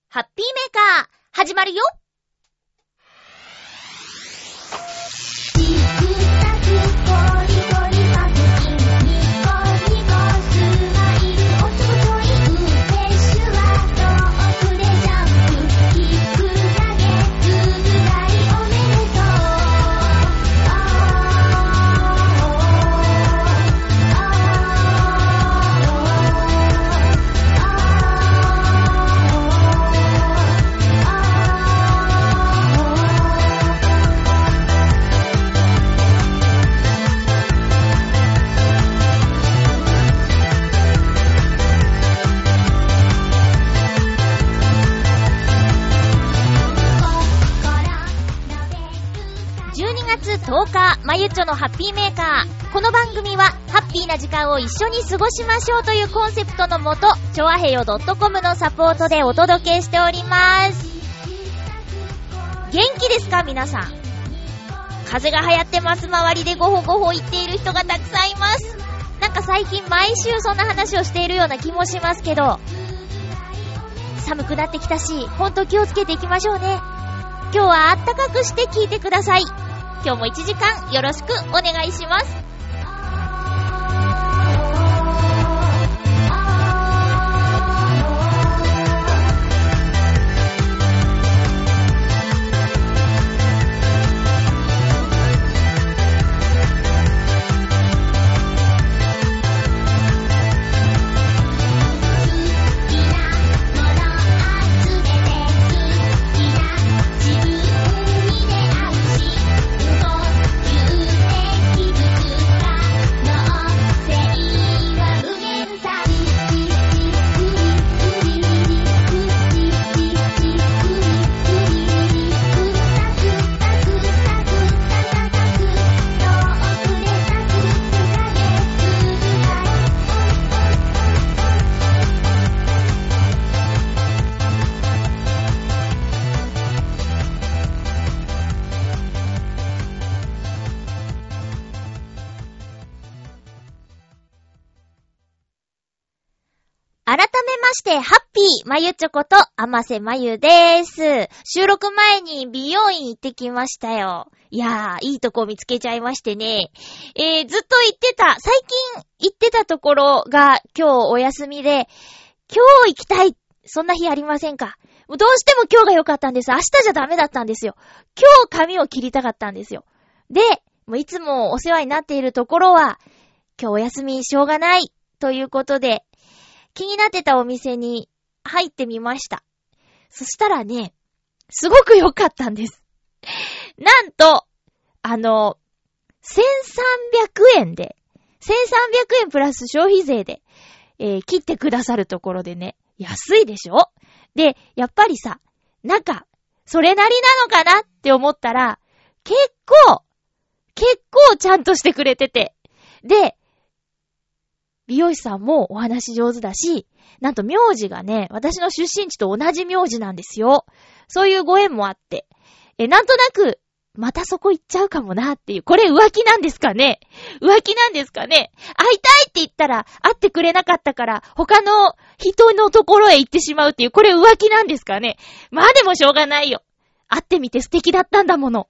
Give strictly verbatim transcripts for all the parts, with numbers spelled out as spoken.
ハッピーメーカー始まるよ。とおか、まゆっちょのハッピーメーカー。この番組はハッピーな時間を一緒に過ごしましょうというコンセプトのもと、ちょあへよ .com のサポートでお届けしております。元気ですか皆さん。風邪が流行ってます。周りでゴホゴホ言っている人がたくさんいます。なんか最近毎週そんな話をしているような気もしますけど、寒くなってきたし、ほんと気をつけていきましょうね。今日はあったかくして聞いてください。今日もいちじかんよろしくお願いします。改めまして、ハッピーまゆちょこと、あませまゆです。収録前に美容院行ってきましたよ。いやー、いいとこ見つけちゃいましてね。えー、ずっと行ってた、最近行ってたところが今日お休みで、今日行きたい、そんな日ありませんか？どうしても今日が良かったんです。明日じゃダメだったんですよ。今日髪を切りたかったんですよ。で、もういつもお世話になっているところは、今日お休みしょうがないということで、気になってたお店に入ってみました。そしたらね、すごく良かったんです。なんと、あの、せんさんびゃくえんで、せんさんびゃくえんプラス消費税で、えー、切ってくださるところでね、安いでしょ？で、やっぱりさ、なんか、それなりなのかなって思ったら、結構、結構ちゃんとしてくれてて。で、美容師さんもお話上手だし、なんと名字がね、私の出身地と同じ名字なんですよ。そういうご縁もあって。え、なんとなく、またそこ行っちゃうかもなっていう。これ浮気なんですかね？浮気なんですかね？会いたいって言ったら会ってくれなかったから他の人のところへ行ってしまうっていう。これ浮気なんですかね？まあでもしょうがないよ。会ってみて素敵だったんだもの。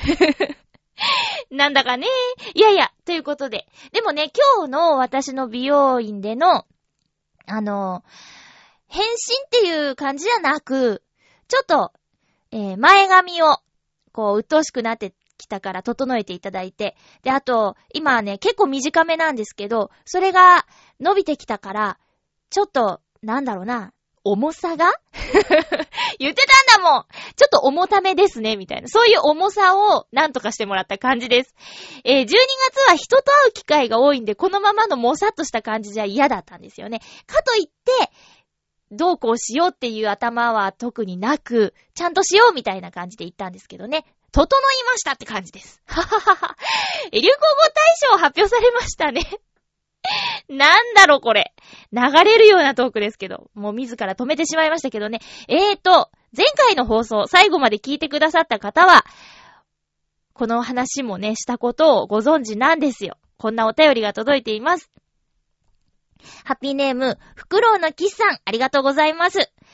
なんだかね。いやいや、ということで。でもね、今日の私の美容院での、あの、変身っていう感じじゃなく、ちょっと、えー、前髪を、こう、鬱陶しくなってきたから整えていただいて。で、あと、今はね、結構短めなんですけど、それが伸びてきたから、ちょっと、なんだろうな、重さが言ってたんだもん。ちょっと重ためですねみたいな、そういう重さをなんとかしてもらった感じです。えー、じゅうにがつは人と会う機会が多いんで、このままのもさっとした感じじゃ嫌だったんですよね。かといってどうこうしようっていう頭は特になく、ちゃんとしようみたいな感じで言ったんですけどね。整いましたって感じです。はははは。流行語大賞発表されましたね。なんだろこれ。流れるようなトークですけど、もう自ら止めてしまいましたけどね。えーと、前回の放送、最後まで聞いてくださった方は、この話もね、したことをご存知なんですよ。こんなお便りが届いています。ハッピーネーム、フクロウのキスさん、ありがとうございます。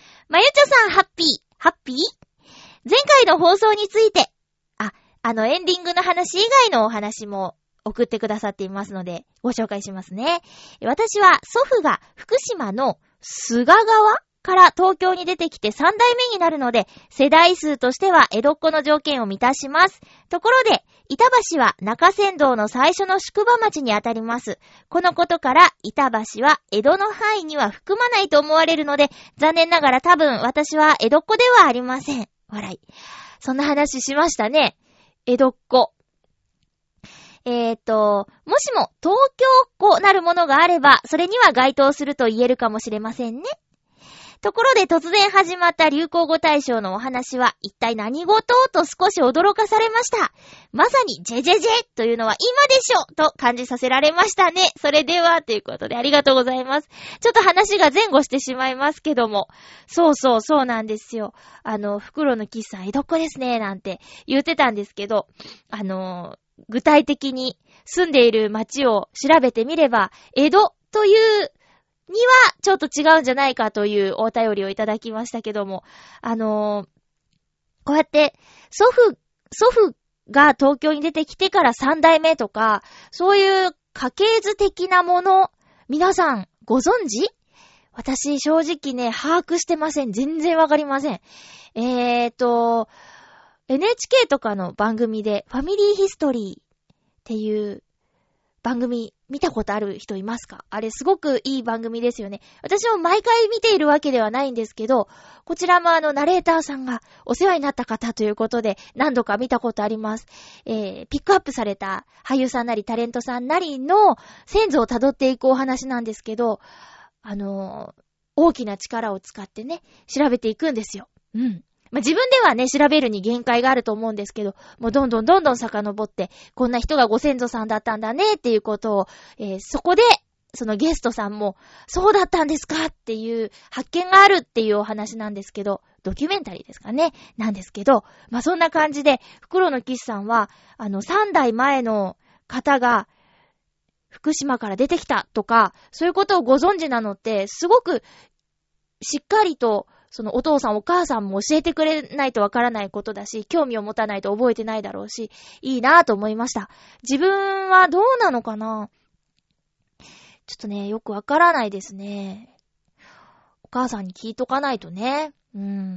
まゆちょさん、ハッピー、ハッピー？前回の放送について、あ、あのエンディングの話以外のお話も送ってくださっていますので、ご紹介しますね。私は祖父が福島の菅川から東京に出てきてさん代目になるので、世代数としては江戸っ子の条件を満たします。ところで、板橋は中山道の最初の宿場町にあたります。このことから、板橋は江戸の範囲には含まないと思われるので、残念ながら多分私は江戸っ子ではありません。笑い。そんな話しましたね。江戸っ子。えーと、もしも東京っ子なるものがあれば、それには該当すると言えるかもしれませんね。ところで突然始まった流行語大賞のお話は一体何事と少し驚かされました。まさにジェジェジェというのは今でしょと感じさせられましたね。それではということでありがとうございます。ちょっと話が前後してしまいますけども。そうそうそうなんですよ。あの、袋のキスさん江戸っ子ですねなんて言ってたんですけど、あの、具体的に住んでいる町を調べてみれば、江戸というにはちょっと違うんじゃないかというお便りをいただきましたけども、あのー、こうやって祖父、祖父が東京に出てきてから三代目とか、そういう家系図的なもの、皆さんご存知？私正直ね、把握してません。全然わかりません。えーと、エヌエイチケー とかの番組でファミリーヒストリーっていう番組見たことある人いますか？あれすごくいい番組ですよね。私も毎回見ているわけではないんですけど、こちらもあのナレーターさんがお世話になった方ということで何度か見たことあります。えー、ピックアップされた俳優さんなりタレントさんなりの先祖を辿っていくお話なんですけど、あのー、大きな力を使ってね、調べていくんですよ。うん。まあ、自分ではね、調べるに限界があると思うんですけど、もうどんどんどんどん遡って、こんな人がご先祖さんだったんだねっていうことを、えー、そこで、そのゲストさんも、そうだったんですかっていう発見があるっていうお話なんですけど、ドキュメンタリーですかね、なんですけど、まあ、そんな感じで、袋のキスさんは、あの、三代前の方が、福島から出てきたとか、そういうことをご存知なのって、すごく、しっかりと、そのお父さんお母さんも教えてくれないとわからないことだし、興味を持たないと覚えてないだろうし、いいなぁと思いました。自分はどうなのかな？ちょっとね、よくわからないですね。お母さんに聞いとかないとね。うん。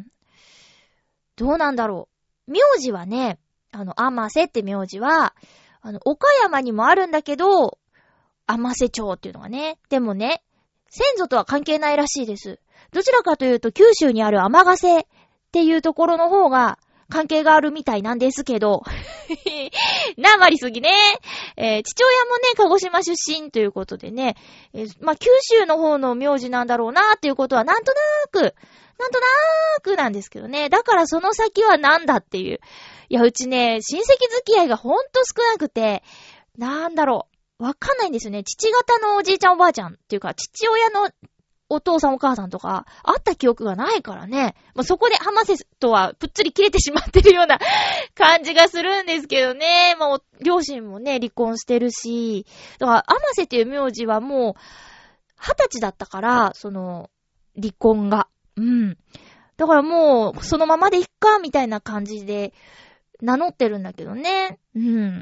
どうなんだろう。名字はね、あの、甘瀬って名字は、あの、岡山にもあるんだけど、甘瀬町っていうのがね。でもね、先祖とは関係ないらしいです。どちらかというと九州にある天ヶ瀬っていうところの方が関係があるみたいなんですけどなまりすぎね、えー、父親もね鹿児島出身ということでね、えー、まあ九州の方の名字なんだろうなっていうことはなんとなくなんとなーくなんですけどね。だからその先はなんだっていう。いやうちね親戚付き合いがほんと少なくて、なんだろうわかんないんですよね。父方のおじいちゃんおばあちゃんっていうか父親のお父さんお母さんとか会った記憶がないからね。まあ、そこで浜瀬とはぷっつり切れてしまってるような感じがするんですけどね。まあ、両親もね離婚してるし、だから浜瀬っていう名字はもう二十歳だったからその離婚が、うん。だからもうそのままでいっかみたいな感じで名乗ってるんだけどね。うん。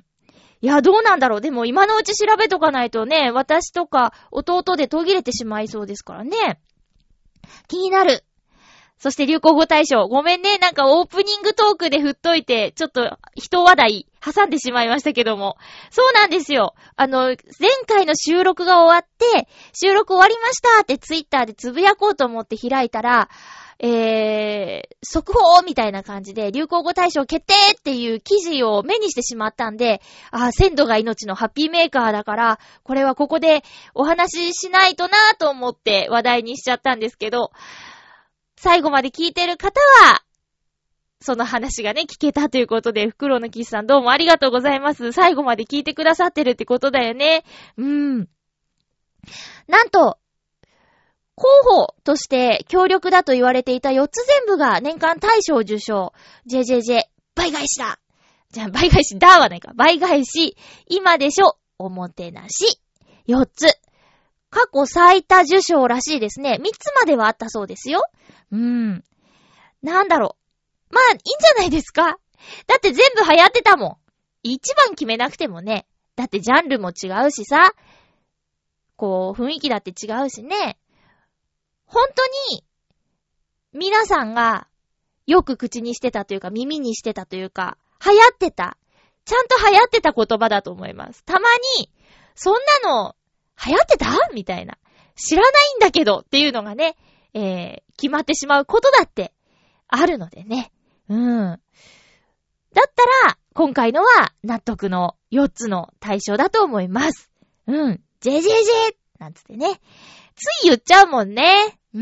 いや、どうなんだろう。でも今のうち調べとかないとね、私とか弟で途切れてしまいそうですからね。気になる。そして流行語大賞。ごめんね。なんかオープニングトークで振っといて、ちょっと一話題挟んでしまいましたけども。そうなんですよ。あの、前回の収録が終わって、収録終わりましたってツイッターでつぶやこうと思って開いたら、えー、速報みたいな感じで流行語大賞決定っていう記事を目にしてしまったんで、あ、鮮度が命のハッピーメーカーだから、これはここでお話ししないとなぁと思って話題にしちゃったんですけど、最後まで聞いてる方は、その話がね、聞けたということで、袋のキスさんどうもありがとうございます。最後まで聞いてくださってるってことだよね。うーん。なんと、候補として強力だと言われていたよっつ全部が年間大賞受賞。ジェジェジェ、倍返しだ。じゃあ倍返しだはないか。倍返し、今でしょ、おもてなし。よっつ。 過去最多受賞らしいですね。みっつまではあったそうですよ。うん。なんだろう。まあ、いいんじゃないですか。だって全部流行ってたもん。一番決めなくてもね。だってジャンルも違うしさ。こう、雰囲気だって違うしね。本当に、皆さんがよく口にしてたというか、耳にしてたというか、流行ってた。ちゃんと流行ってた言葉だと思います。たまに、そんなの、流行ってたみたいな。知らないんだけどっていうのがね、えー、決まってしまうことだってあるのでね。うん。だったら、今回のは納得のよっつの対象だと思います。うん。ジェジェジェなんつってね。つい言っちゃうもんね。うん。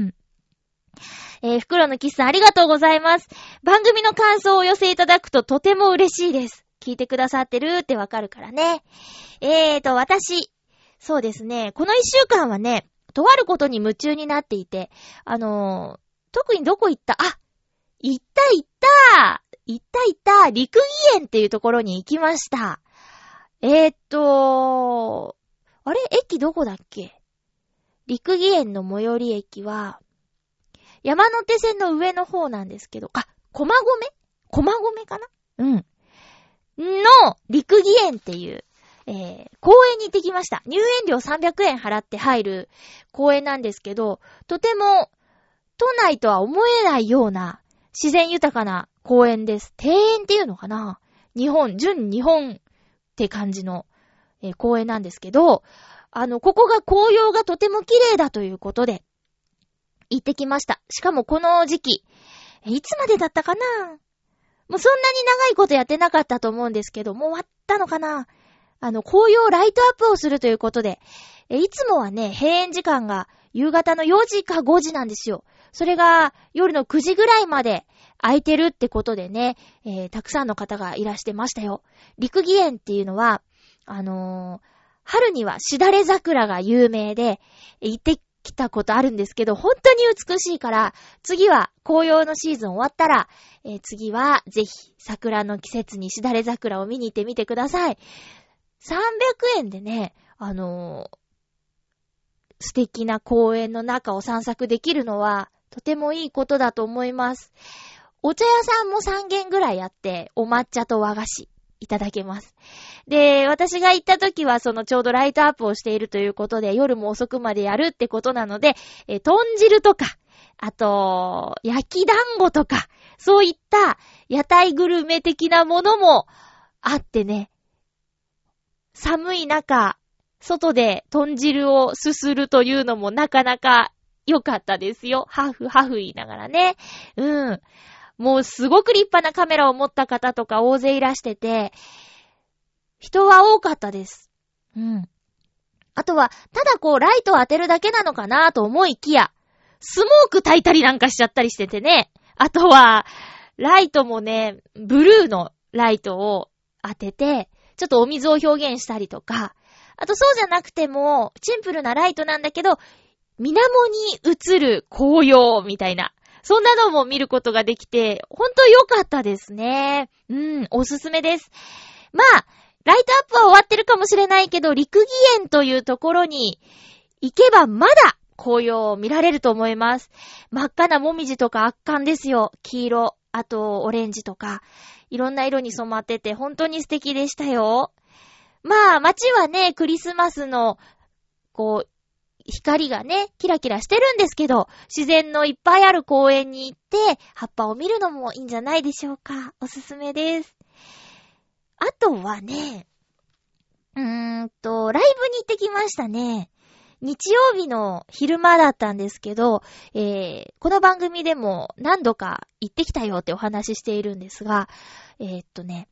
えー、袋のキスさんありがとうございます。番組の感想をお寄せいただくととても嬉しいです。聞いてくださってるってわかるからね。えーと、私、そうですね、この一週間はね、とあることに夢中になっていて、あのー、特にどこ行ったあ、行った行った行った行った陸義園っていうところに行きました。えーっと、あれ駅どこだっけ？陸義園の最寄り駅は、山手線の上の方なんですけど、あ、駒込？駒込かな？うん。の、陸義園っていう、えー、公園に行ってきました。入園料さんびゃくえん払って入る公園なんですけど、とても、都内とは思えないような自然豊かな公園です。庭園っていうのかな？日本、純日本って感じの、えー、公園なんですけど、あの、ここが紅葉がとても綺麗だということで、行ってきました。しかもこの時期、いつまでだったかな？もうそんなに長いことやってなかったと思うんですけど、もう終わったのかな？あの、紅葉ライトアップをするということで、え、いつもはね、閉園時間が夕方のよじかごじなんですよ。それが夜のくじぐらいまで空いてるってことでね、えー、たくさんの方がいらしてましたよ。陸義園っていうのは、あのー、春にはしだれ桜が有名で、行って来たことあるんですけど、本当に美しいから、次は紅葉のシーズン終わったら、えー、次はぜひ桜の季節にしだれ桜を見に行ってみてください。さんびゃくえんでね、あのー、素敵な公園の中を散策できるのは、とてもいいことだと思います。お茶屋さんもさん軒ぐらいあって、お抹茶と和菓子いただけます。で、私が行った時はそのちょうどライトアップをしているということで、夜も遅くまでやるってことなので、え、豚汁とか、あと、焼き団子とか、そういった屋台グルメ的なものもあってね、寒い中、外で豚汁をすするというのもなかなか良かったですよ。ハフハフ言いながらね。うん。もうすごく立派なカメラを持った方とか大勢いらしてて、人は多かったです。うん。あとは、ただこうライトを当てるだけなのかなと思いきや、スモーク焚いたりなんかしちゃったりしててね。あとは、ライトもね、ブルーのライトを当てて、ちょっとお水を表現したりとか、あとそうじゃなくても、シンプルなライトなんだけど、水面に映る紅葉みたいな、そんなのも見ることができて、ほんと良かったですね。うん、おすすめです。まあ、ライトアップは終わってるかもしれないけど、陸義園というところに行けばまだ紅葉を見られると思います。真っ赤なもみじとか圧巻ですよ。黄色、あとオレンジとか、いろんな色に染まってて本当に素敵でしたよ。まあ、街はね、クリスマスの、こう、光がね、キラキラしてるんですけど、自然のいっぱいある公園に行って、葉っぱを見るのもいいんじゃないでしょうか。おすすめです。あとはね、うーんと、ライブに行ってきましたね。日曜日の昼間だったんですけど、えー、この番組でも何度か行ってきたよってお話ししているんですが、えー、っとね、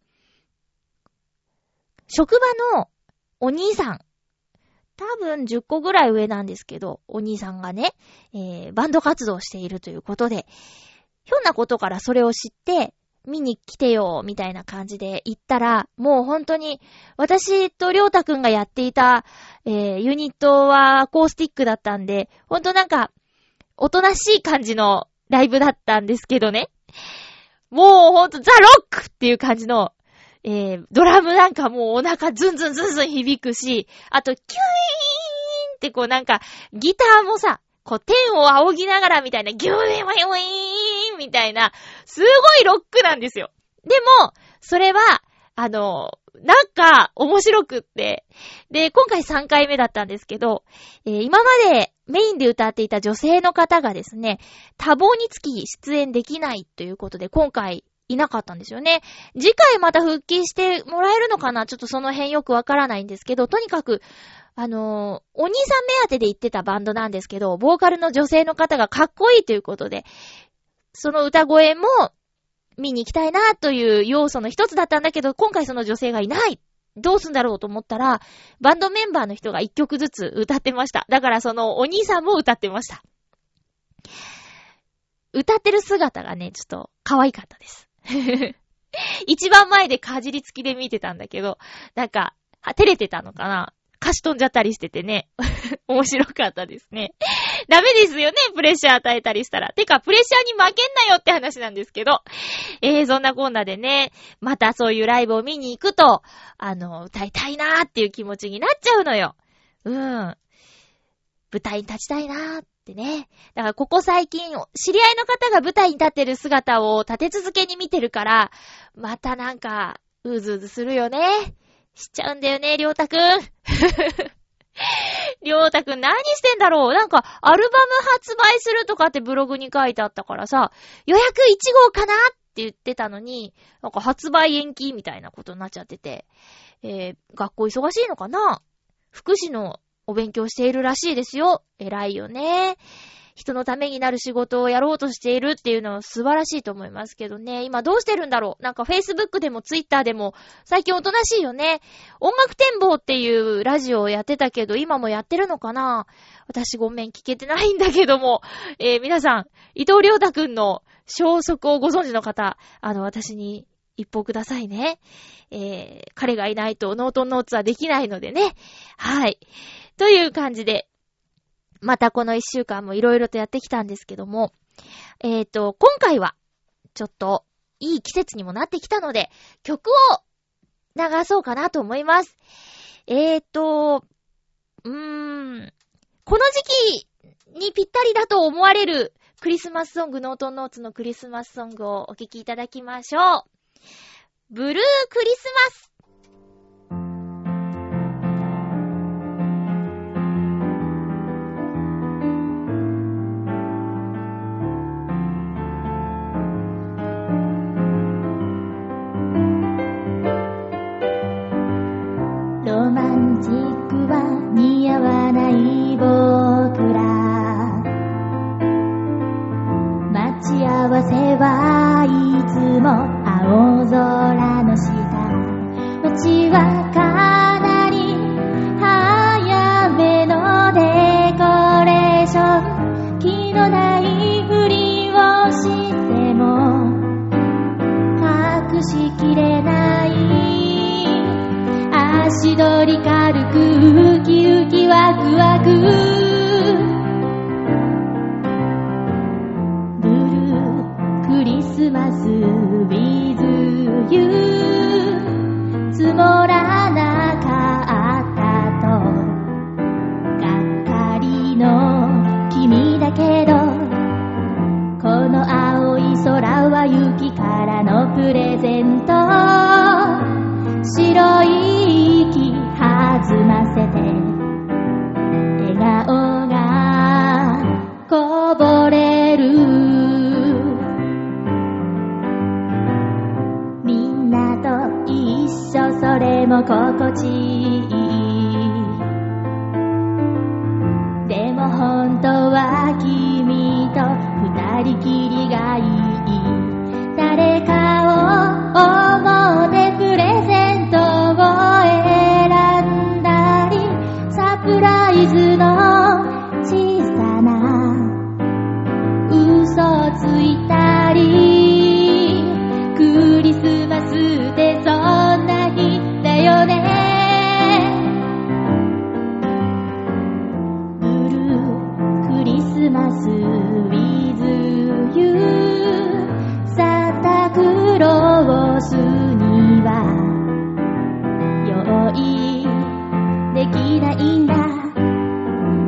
職場のお兄さん、多分じゅっこぐらい上なんですけど、お兄さんがね、えー、バンド活動しているということで、ひょんなことからそれを知って、見に来てよ、みたいな感じで行ったら、もう本当に、私とりょうたくんがやっていた、えー、ユニットはアコースティックだったんで、本当なんか、おとなしい感じのライブだったんですけどね。もう本当ザ・ロックっていう感じの、えー、ドラムなんかもうお腹ズンズンズンズン響くし、あとキュイーンっってこうなんか、ギターもさ、こう天を仰ぎながらみたいな、ギューウィンウィンウィーンみたいな、すごいロックなんですよ。でも、それは、あの、なんか面白くって。で、今回さんかいめだったんですけど、えー、今までメインで歌っていた女性の方がですね、多忙につき出演できないということで、今回いなかったんですよね。次回また復帰してもらえるのかな？ちょっとその辺よくわからないんですけど、とにかく、あのー、お兄さん目当てで行ってたバンドなんですけど、ボーカルの女性の方がかっこいいということで、その歌声も、見に行きたいなという要素の一つだったんだけど、今回その女性がいない。どうすんだろうと思ったら、バンドメンバーの人が一曲ずつ歌ってました。だからそのお兄さんも歌ってました。歌ってる姿がね、ちょっと可愛かったです。一番前でかじりつきで見てたんだけど、なんか、照れてたのかな？歌詞飛んじゃったりしててね。面白かったですね。ダメですよね、プレッシャー与えたりしたら。てか、プレッシャーに負けんなよって話なんですけど。えー、そんなこんなでね、またそういうライブを見に行くと、あの、歌いたいなーっていう気持ちになっちゃうのよ。うん。舞台に立ちたいなーってね。だからここ最近、知り合いの方が舞台に立ってる姿を立て続けに見てるから、またなんか、うずうずするよね。しちゃうんだよね、りょうたくん。りょうたくん何してんだろう？なんか、アルバム発売するとかってブログに書いてあったからさ、予約いちごうかなって言ってたのに、なんか発売延期みたいなことになっちゃってて、えー、学校忙しいのかな？福祉のお勉強しているらしいですよ。偉いよね。人のためになる仕事をやろうとしているっていうのは素晴らしいと思いますけどね。今どうしてるんだろう？なんか Facebook でも Twitter でも最近おとなしいよね。音楽展望っていうラジオをやってたけど今もやってるのかな？私ごめん聞けてないんだけども、えー、皆さん伊藤亮太くんの消息をご存知の方、あの私に一報くださいね。えー、彼がいないとノートンノーツはできないのでね。はい。という感じでまたこの一週間もいろいろとやってきたんですけども、えっと、今回は、ちょっと、いい季節にもなってきたので、曲を流そうかなと思います。えっと、うーん、この時期にぴったりだと思われるクリスマスソング、ノートンノーツのクリスマスソングをお聴きいただきましょう。ブルークリスマス。 ロマンチックは似合わない僕ら、待ち合わせはいつも青空の下、街はかなり早めのデコレーション、気のないふりをしても隠しきれない、足取り軽くウキウキワクワク、ブルークリスマス with you、 積もらなかったとがっかりの君だけど、この青い空は雪からのプレゼント、白い息弾ませて笑顔がこぼれる、みんなと一緒それも心地いい、でも本当は君と二人きりがいい、誰かを思ってプレゼントを選んだり、サプライズの小さな嘘をついたり、クリスマスってそんな日だよね、ブルークリスマス with you、 サタクロースには用意できないんだ、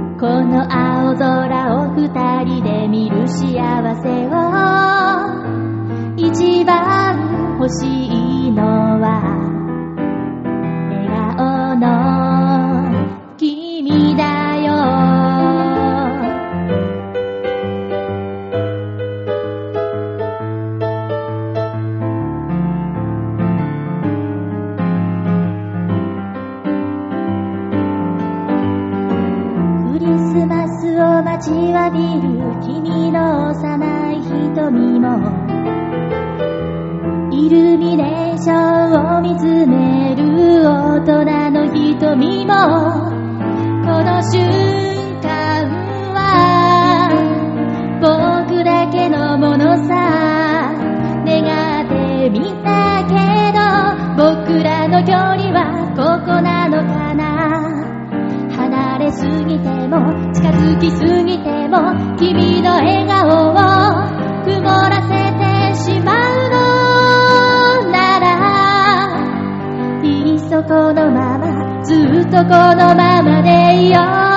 欲しいのは笑顔の君だよ。クリスマスを待ちわびる君の幼い瞳もイルミネーションを見つめる大人の瞳もこの瞬間は僕だけのものさ。願ってみたけど僕らの距離はここなのかな。離れすぎても近づきすぎても君の笑顔を曇らせてしまうのならいっそこのままずっとこのままでいよう。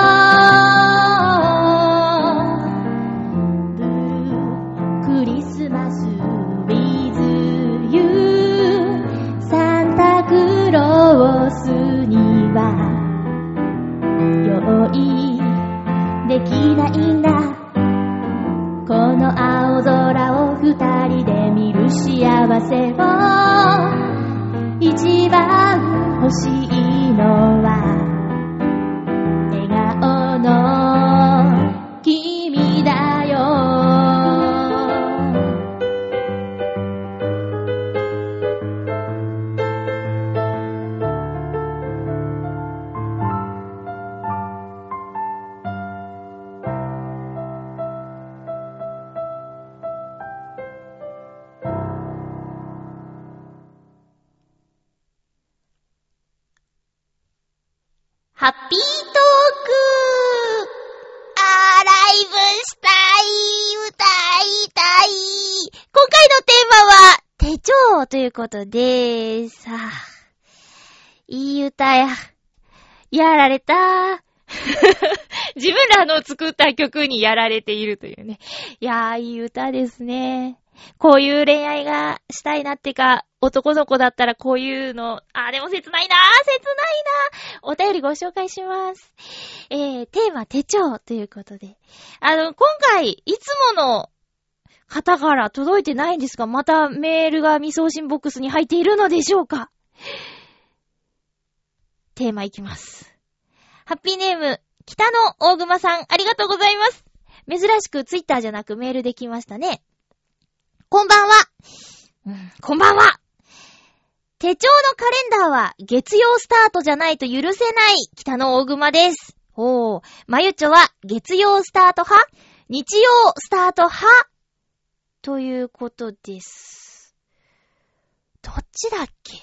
ブルークリスマス with you サンタクロースには用意できないんだ。この青空を二人で見る幸せを一番欲しいのは笑顔の君だよ。 ハッピートーク。あー、ライブしたい、歌いたい。今回のテーマは手帳ということで、さあ、いい歌や。やられた。自分らの作った曲にやられているというね。いやー、いい歌ですね。こういう恋愛がしたいなってか、男の子だったらこういうの、あーでも切ないなー、切ないなー。お便りご紹介します。えー、テーマ手帳ということで。あの、今回、いつもの方から届いてないんですが、またメールが未送信ボックスに入っているのでしょうか。テーマいきます。ハッピーネーム、北野大熊さん、ありがとうございます。珍しくツイッターじゃなくメールできましたね。こんばんは。うん、こんばんは。手帳のカレンダーは月曜スタートじゃないと許せない北の大熊です。おー、まゆちょは月曜スタート派？日曜スタート派？ということです。どっちだっけ？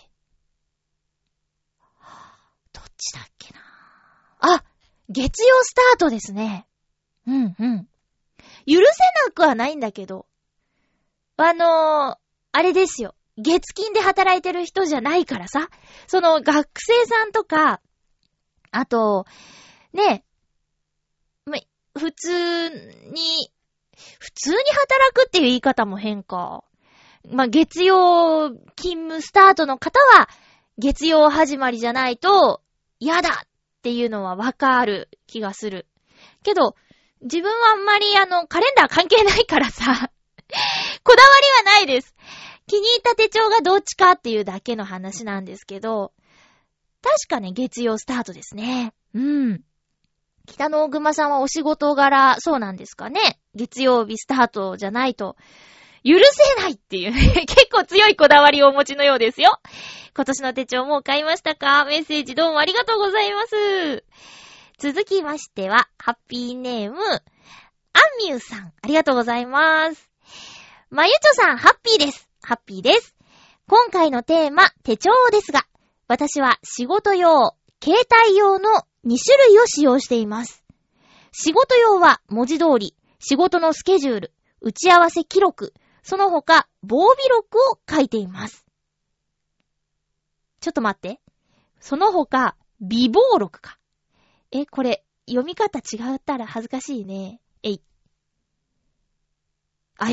どっちだっけなあ、月曜スタートですね。うんうん。許せなくはないんだけど、あのー、あれですよ。月金で働いてる人じゃないからさ。その学生さんとか、あと、ね、ま、普通に、普通に働くっていう言い方も変か。ま、月曜勤務スタートの方は、月曜始まりじゃないと嫌だっていうのはわかる気がする。けど、自分はあんまりあの、カレンダー関係ないからさ、こだわりはないです。気に入った手帳がどっちかっていうだけの話なんですけど、確かね、月曜スタートですね。うん。北の大熊さんはお仕事柄、そうなんですかね。月曜日スタートじゃないと、許せないっていうね、結構強いこだわりをお持ちのようですよ。今年の手帳もう買いましたか？メッセージどうもありがとうございます。続きましては、ハッピーネーム、アンミューさん、ありがとうございます。まゆちょさん、ハッピーです。ハッピーです。今回のテーマ、手帳ですが、私は仕事用、携帯用のに種類を使用しています。仕事用は文字通り、仕事のスケジュール、打ち合わせ記録、その他、防備録を書いています。ちょっと待って。その他、備忘録か。え、これ、読み方違ったら恥ずかしいね。えい。あ、よかった。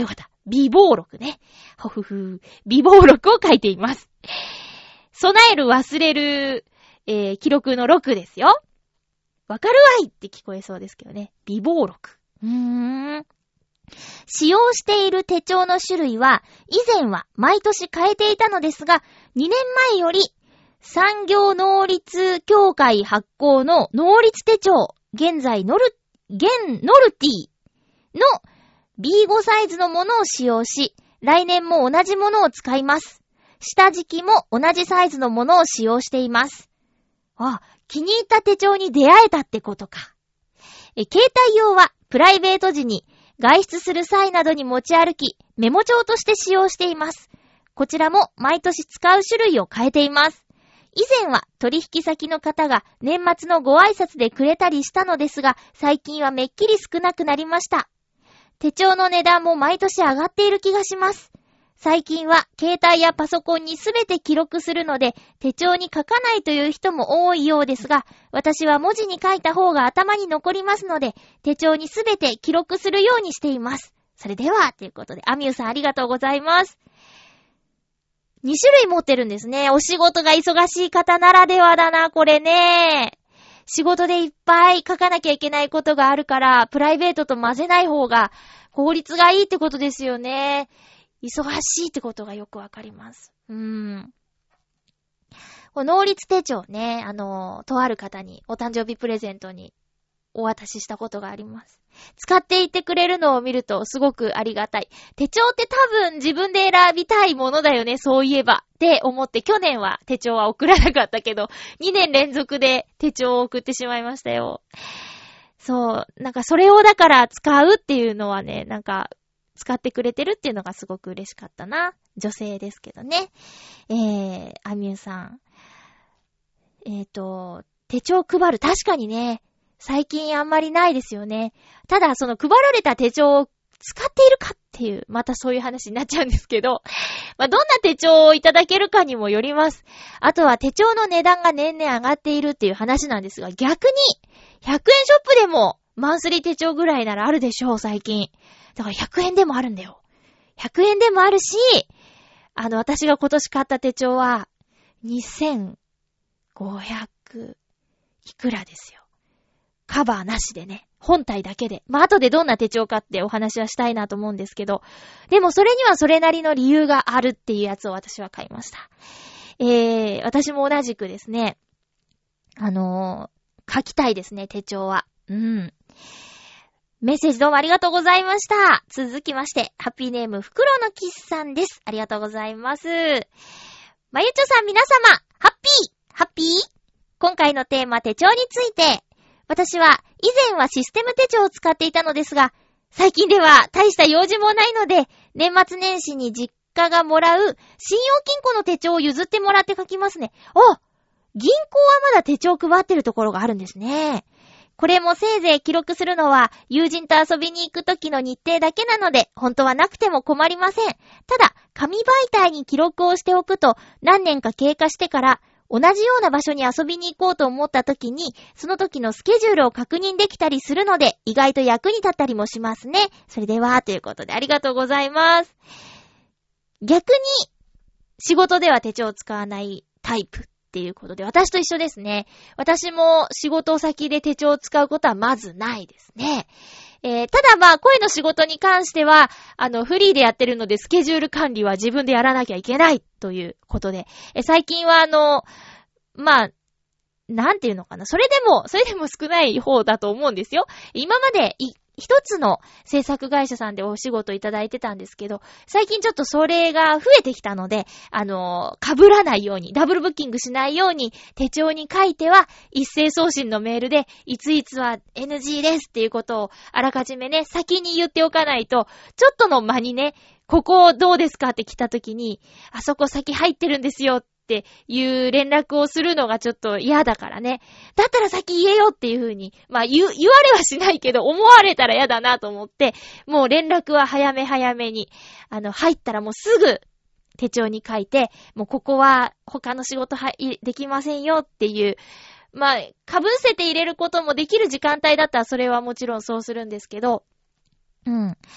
備忘録ね。ほふふ。備忘録を書いています。備える忘れる、えー、記録のろくですよ。わかるわいって聞こえそうですけどね。備忘録。うーん。使用している手帳の種類は、以前は毎年変えていたのですが、にねんまえより産業能率協会発行の能率手帳、現在ノル、現ノルティの ビーファイブ サイズのものを使用し、来年も同じものを使います。下敷きも同じサイズのものを使用しています。あ、気に入った手帳に出会えたってことか。え、携帯用はプライベート時に外出する際などに持ち歩き、メモ帳として使用しています。こちらも毎年使う種類を変えています。以前は取引先の方が年末のご挨拶でくれたりしたのですが、最近はめっきり少なくなりました。手帳の値段も毎年上がっている気がします。最近は携帯やパソコンにすべて記録するので手帳に書かないという人も多いようですが、私は文字に書いた方が頭に残りますので手帳にすべて記録するようにしています。それではということで、アミューさんありがとうございます。に種類持ってるんですね。お仕事が忙しい方ならではだな、これね。仕事でいっぱい書かなきゃいけないことがあるからプライベートと混ぜない方が効率がいいってことですよね。忙しいってことがよくわかります。うーん。この能率手帳ね、あの、とある方にお誕生日プレゼントにお渡ししたことがあります。使っていってくれるのを見るとすごくありがたい。手帳って多分自分で選びたいものだよね、そういえば。って思って去年は手帳は送らなかったけど、にねん連続で手帳を送ってしまいましたよ。そう、なんかそれをだから使うっていうのはね、なんか、使ってくれてるっていうのがすごく嬉しかったな。女性ですけどね。えー、アミューさん。えっと、手帳配る。確かにね、最近あんまりないですよね。ただ、その配られた手帳を使っているかっていう、またそういう話になっちゃうんですけど、まあ、どんな手帳をいただけるかにもよります。あとは手帳の値段が年々上がっているっていう話なんですが、逆に、ひゃくえんショップでもマンスリー手帳ぐらいならあるでしょう、最近。だからひゃくえんでもあるんだよ。ひゃくえんでもあるし、あの、私が今年買った手帳は、にせんごひゃくいくらですよ。カバーなしでね。本体だけで。まあ、後でどんな手帳かってお話はしたいなと思うんですけど、でもそれにはそれなりの理由があるっていうやつを私は買いました。えー、私も同じくですね、あのー、書きたいですね、手帳は。うん。メッセージどうもありがとうございました。続きまして、ハッピーネーム、フクロウのキスさんです。ありがとうございます。まゆちょさん皆様、ハッピーハッピー今回のテーマ、手帳について、私は以前はシステム手帳を使っていたのですが、最近では大した用事もないので、年末年始に実家がもらう信用金庫の手帳を譲ってもらって書きますね。お、銀行はまだ手帳配ってるところがあるんですね。これもせいぜい記録するのは友人と遊びに行く時の日程だけなので、本当はなくても困りません。ただ、紙媒体に記録をしておくと、何年か経過してから同じような場所に遊びに行こうと思った時に、その時のスケジュールを確認できたりするので、意外と役に立ったりもしますね。それでは、ということでありがとうございます。逆に、仕事では手帳を使わないタイプっていうことで、私と一緒ですね。私も仕事先で手帳を使うことはまずないですね。えー、ただまあ声の仕事に関してはあのフリーでやってるのでスケジュール管理は自分でやらなきゃいけないということで、えー、最近はあのまあなんていうのかな、それでもそれでも少ない方だと思うんですよ。今までい一つの制作会社さんでお仕事いただいてたんですけど、最近ちょっとそれが増えてきたので、あのー、被らないように、ダブルブッキングしないように、手帳に書いては、一斉送信のメールで、いついつは エヌジー ですっていうことを、あらかじめね、先に言っておかないと、ちょっとの間にね、ここどうですかって来た時に、あそこ先入ってるんですよっていう連絡をするのがちょっと嫌だからね。だったら先言えよっていう風に、まあ言、言われはしないけど思われたら嫌だなと思って、もう連絡は早め早めに、あの、入ったらもうすぐ手帳に書いて、もうここは他の仕事はできませんよっていう、まあ、被せて入れることもできる時間帯だったらそれはもちろんそうするんですけど、うん。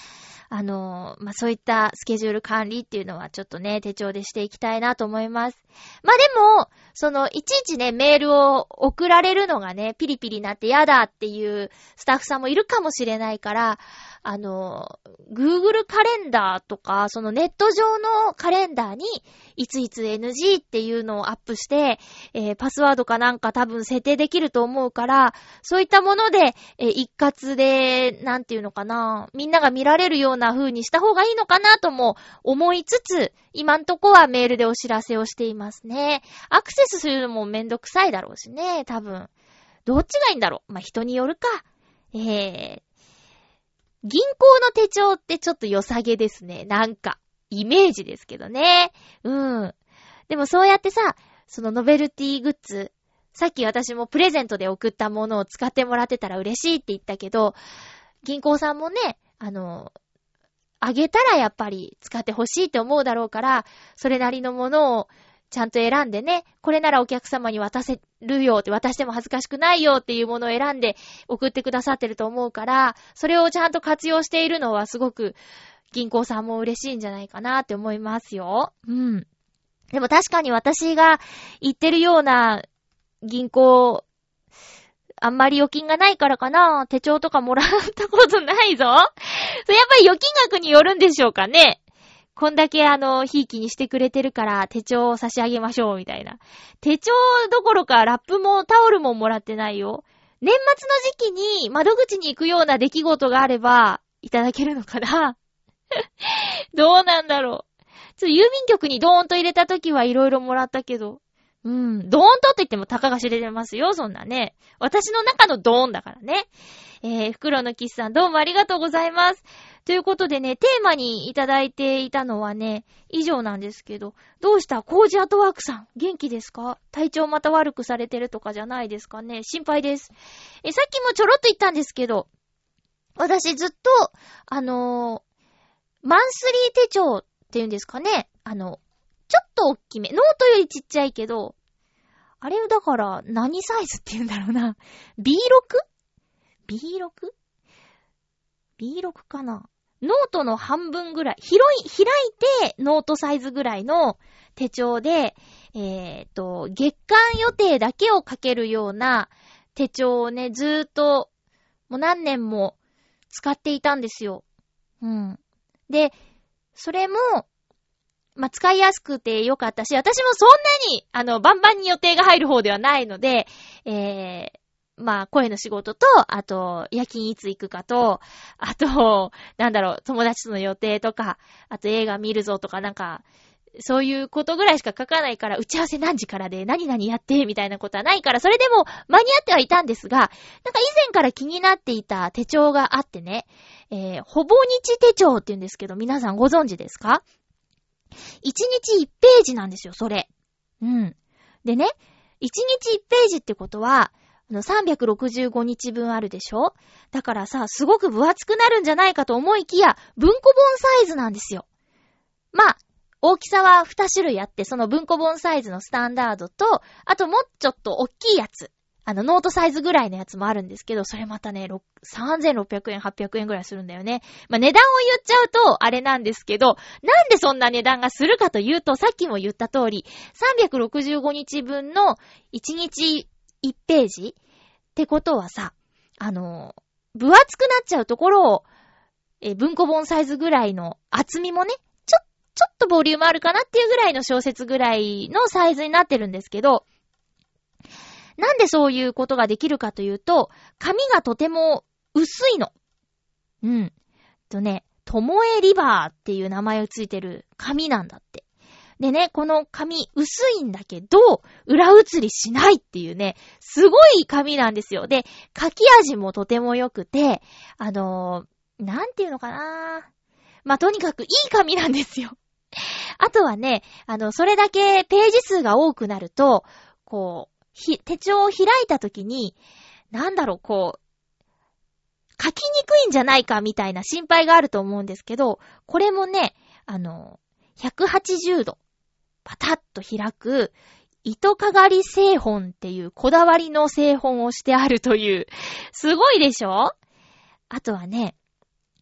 あのー、まあ、そういったスケジュール管理っていうのはちょっとね、手帳でしていきたいなと思います。まあ、でも、その、いちいちね、メールを送られるのがね、ピリピリなってやだっていうスタッフさんもいるかもしれないから、あの、Google カレンダーとか、そのネット上のカレンダーに、いついつ エヌジー っていうのをアップして、えー、パスワードかなんか多分設定できると思うから、そういったもので、えー、一括で、なんていうのかな、みんなが見られるような風にした方がいいのかなとも思いつつ、今んとこはメールでお知らせをしていますね。アクセスするのもめんどくさいだろうしね、多分。どっちがいいんだろう。まあ、人によるか。えー、銀行の手帳ってちょっと良さげですね。なんか、イメージですけどね。うん。でもそうやってさ、そのノベルティグッズ、さっき私もプレゼントで送ったものを使ってもらってたら嬉しいって言ったけど、銀行さんもね、あの、あげたらやっぱり使ってほしいって思うだろうから、それなりのものをちゃんと選んでね、これならお客様に渡せるよって、渡しても恥ずかしくないよっていうものを選んで送ってくださってると思うから、それをちゃんと活用しているのはすごく銀行さんも嬉しいんじゃないかなって思いますよ。うん。でも確かに私が言ってるような銀行、あんまり預金がないからかな、手帳とかもらったことないぞ。それやっぱり預金額によるんでしょうかね。こんだけあの、ひいきにしてくれてるから手帳を差し上げましょうみたいな。手帳どころかラップもタオルももらってないよ。年末の時期に窓口に行くような出来事があればいただけるのかな。どうなんだろう。ちょっと郵便局にドーンと入れた時はいろいろもらったけど。うん。ドーンとって言ってもたかが知れてますよ、そんなね。私の中のドーンだからね。えー、袋のキスさんどうもありがとうございます。ということでね、テーマにいただいていたのはね、以上なんですけど、どうしたコージアートワークさん、元気ですか？体調また悪くされてるとかじゃないですかね。心配です。え、さっきもちょろっと言ったんですけど、私ずっと、あのー、マンスリー手帳っていうんですかね。あの、ちょっと大きめ。ノートよりちっちゃいけど、あれだから何サイズって言うんだろうな。ビーろく？ ビーろく？ ビーろく かな。ノートの半分ぐらい、広い、開いてノートサイズぐらいの手帳で、えっと、月間予定だけを書けるような手帳をね、ずーっともう何年も使っていたんですよ。うん。で、それも、まあ、使いやすくてよかったし、私もそんなに、あの、バンバンに予定が入る方ではないので、えー、まあ、声の仕事と、あと、夜勤いつ行くかと、あと、なんだろう、友達との予定とか、あと映画見るぞとかなんか、そういうことぐらいしか書かないから、打ち合わせ何時からで何々やって、みたいなことはないから、それでも間に合ってはいたんですが、なんか以前から気になっていた手帳があってね、えー、ほぼ日手帳って言うんですけど、皆さんご存知ですか？一日一ページなんですよ、それ。うん。でね、一日一ページってことは、あのさんびゃくろくじゅうごにちぶんあるでしょ？だからさ、すごく分厚くなるんじゃないかと思いきや、文庫本サイズなんですよ。まあ、大きさはに種類あって、その文庫本サイズのスタンダードと、あともうちょっと大きいやつ。あの、ノートサイズぐらいのやつもあるんですけど、それまたね、さんぜんろっぴゃくえん、はっぴゃくえんぐらいするんだよね。まあ、値段を言っちゃうと、あれなんですけど、なんでそんな値段がするかというと、さっきも言った通り、さんびゃくろくじゅうごにちぶんのいちにちいちページってことはさ、あの、分厚くなっちゃうところを、え、文庫本サイズぐらいの厚みもね、ちょ、ちょっとボリュームあるかなっていうぐらいの小説ぐらいのサイズになってるんですけど、なんでそういうことができるかというと、紙がとても薄いの。うん。とね、ともえリバーっていう名前をついてる紙なんだって。でね、この紙薄いんだけど、裏写りしないっていうね、すごい紙なんですよ。で、書き味もとても良くて、あのー、なんていうのかな。まあ、とにかくいい紙なんですよ。あとはね、あの、それだけページ数が多くなると、こう、ひ手帳を開いたときに、なんだろう、こう、書きにくいんじゃないかみたいな心配があると思うんですけど、これもね、あの、ひゃくはちじゅうど、パタッと開く、糸かがり製本っていうこだわりの製本をしてあるという、すごいでしょ？あとはね、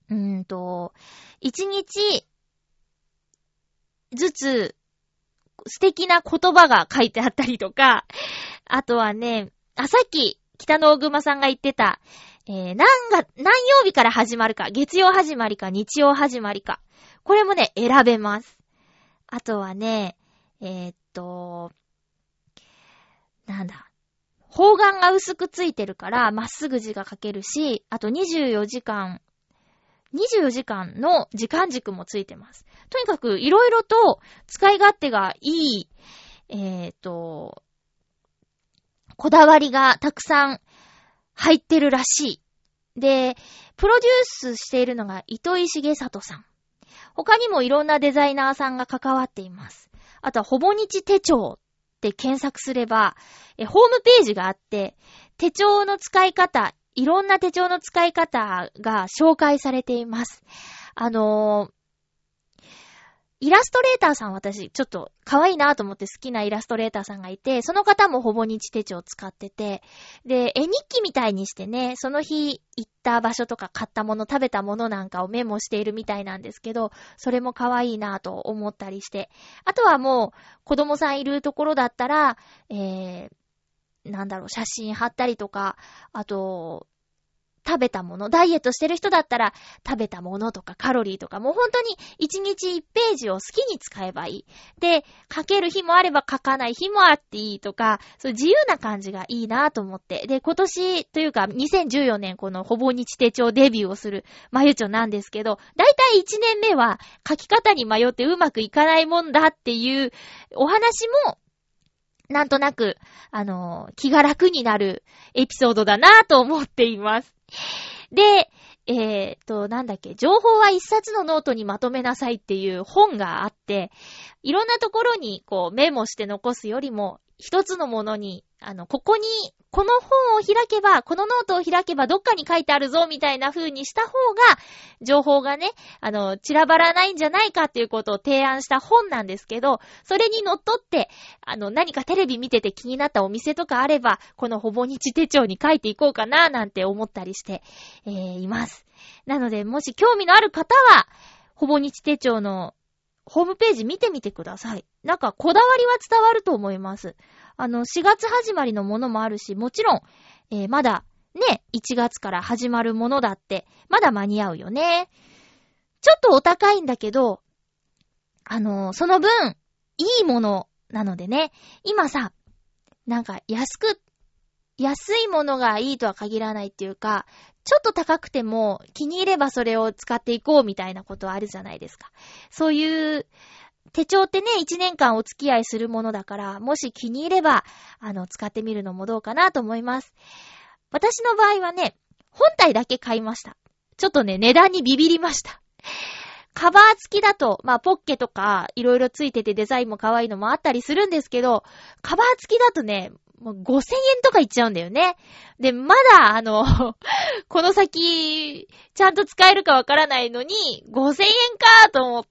うーんと、一日ずつ素敵な言葉が書いてあったりとか、あとはね、あ、さっき北の大熊さんが言ってた、えー、何が、何曜日から始まるか、月曜始まりか、日曜始まりか。これもね、選べます。あとはね、えー、っと、なんだ。方眼が薄くついてるから、まっすぐ字が書けるし、あとにじゅうよじかん、にじゅうよじかんの時間軸もついてます。とにかく、いろいろと使い勝手がいい、えー、っと、こだわりがたくさん入ってるらしい。で、プロデュースしているのが糸井重里さん。他にもいろんなデザイナーさんが関わっています。あとはほぼ日手帳って検索すれば、えホームページがあって、手帳の使い方、いろんな手帳の使い方が紹介されています。あのー、イラストレーターさん私ちょっと可愛いなと思って好きなイラストレーターさんがいて、その方もほぼ日手帳を使ってて、で、絵日記みたいにしてね、その日行った場所とか買ったもの、食べたものなんかをメモしているみたいなんですけど、それも可愛いなと思ったりして、あとはもう子供さんいるところだったら、えー、なんだろう、写真貼ったりとか、あと、食べたもの、ダイエットしてる人だったら食べたものとかカロリーとかもう本当にいちにちいちページを好きに使えばいい。で、書ける日もあれば書かない日もあっていいとか、そういう自由な感じがいいなと思って。で、今年というかにせんじゅうよねんこのほぼ日手帳デビューをするまゆちょなんですけど、だいたいいちねんめは書き方に迷ってうまくいかないもんだっていうお話もなんとなく、あの、気が楽になるエピソードだなと思っています。で、えーと、なんだっけ、情報は一冊のノートにまとめなさいっていう本があって、いろんなところにこうメモして残すよりも、一つのものに、あの、ここに、この本を開けば、このノートを開けばどっかに書いてあるぞみたいな風にした方が、情報がね、あの、散らばらないんじゃないかっていうことを提案した本なんですけど、それにのっとって、あの、何かテレビ見てて気になったお店とかあれば、このほぼ日手帳に書いていこうかななんて思ったりして、えー、います。なので、もし興味のある方は、ほぼ日手帳のホームページ見てみてください。なんかこだわりは伝わると思います。あの、しがつ始まりのものもあるし、もちろん、えー、まだね、いちがつから始まるものだって、まだ間に合うよね。ちょっとお高いんだけど、あのー、その分、いいものなのでね、今さ、なんか安く、安いものがいいとは限らないっていうか、ちょっと高くても気に入ればそれを使っていこうみたいなことあるじゃないですか。そういう手帳ってね、一年間お付き合いするものだから、もし気に入れば、あの、使ってみるのもどうかなと思います。私の場合はね、本体だけ買いました。ちょっとね、値段にビビりました。カバー付きだと、まあ、ポッケとか、いろいろついててデザインも可愛いのもあったりするんですけど、カバー付きだとね、もうごせんえんとかいっちゃうんだよね。で、まだ、あの、この先、ちゃんと使えるかわからないのに、ごせんえんかと思って、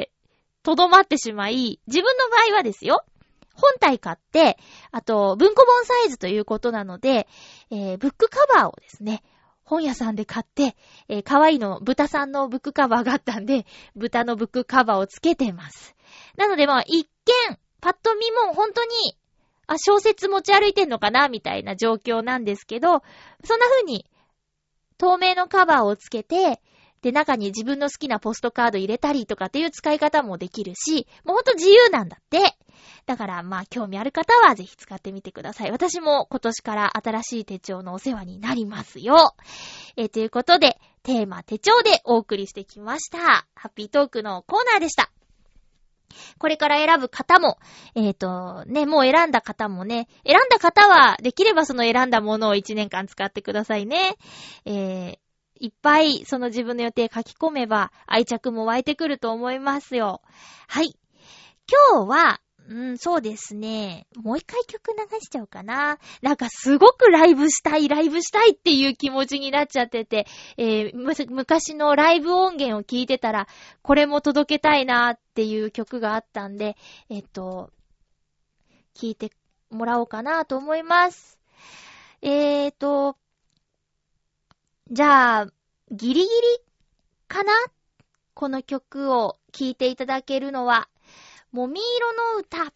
とどまってしまい、自分の場合はですよ、本体買って、あと、文庫本サイズということなので、えー、ブックカバーをですね、本屋さんで買って、えー、可愛いの、豚さんのブックカバーがあったんで、豚のブックカバーをつけてます。なのでまあ、一見、パッと見も本当に、あ、小説持ち歩いてんのかなみたいな状況なんですけど、そんな風に、透明のカバーをつけて、で、中に自分の好きなポストカード入れたりとかっていう使い方もできるし、もうほんと自由なんだって。だから、まあ、興味ある方はぜひ使ってみてください。私も今年から新しい手帳のお世話になりますよ。えー、ということで、テーマ手帳でお送りしてきました。ハッピートークのコーナーでした。これから選ぶ方も、えっと、ね、もう選んだ方もね、選んだ方は、できればその選んだものをいちねんかん使ってくださいね。えー、いっぱいその自分の予定書き込めば愛着も湧いてくると思いますよ。はい。今日は、うん、そうですね。もう一回曲流しちゃおうかな。なんかすごくライブしたい、ライブしたいっていう気持ちになっちゃってて、えー、む昔のライブ音源を聞いてたら、これも届けたいなっていう曲があったんで、えっと、聞いてもらおうかなと思います。えーと、じゃあ、ギリギリかな？この曲を聴いていただけるのは、もみ色の歌。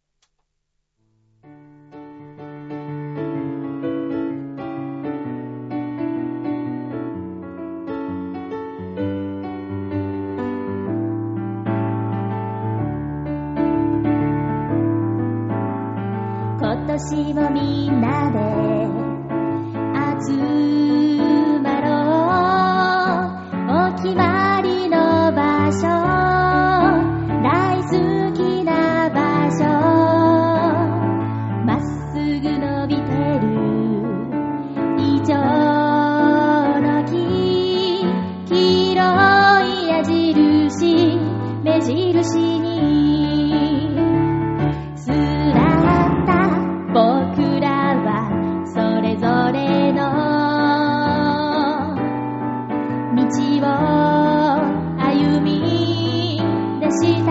今年もみんなで集まろう。お決まりの場所、大好きな場所、まっすぐ伸びてるイチョウの木、黄色い矢印、目印にすらった僕らはそれぞれの道を歩み出した。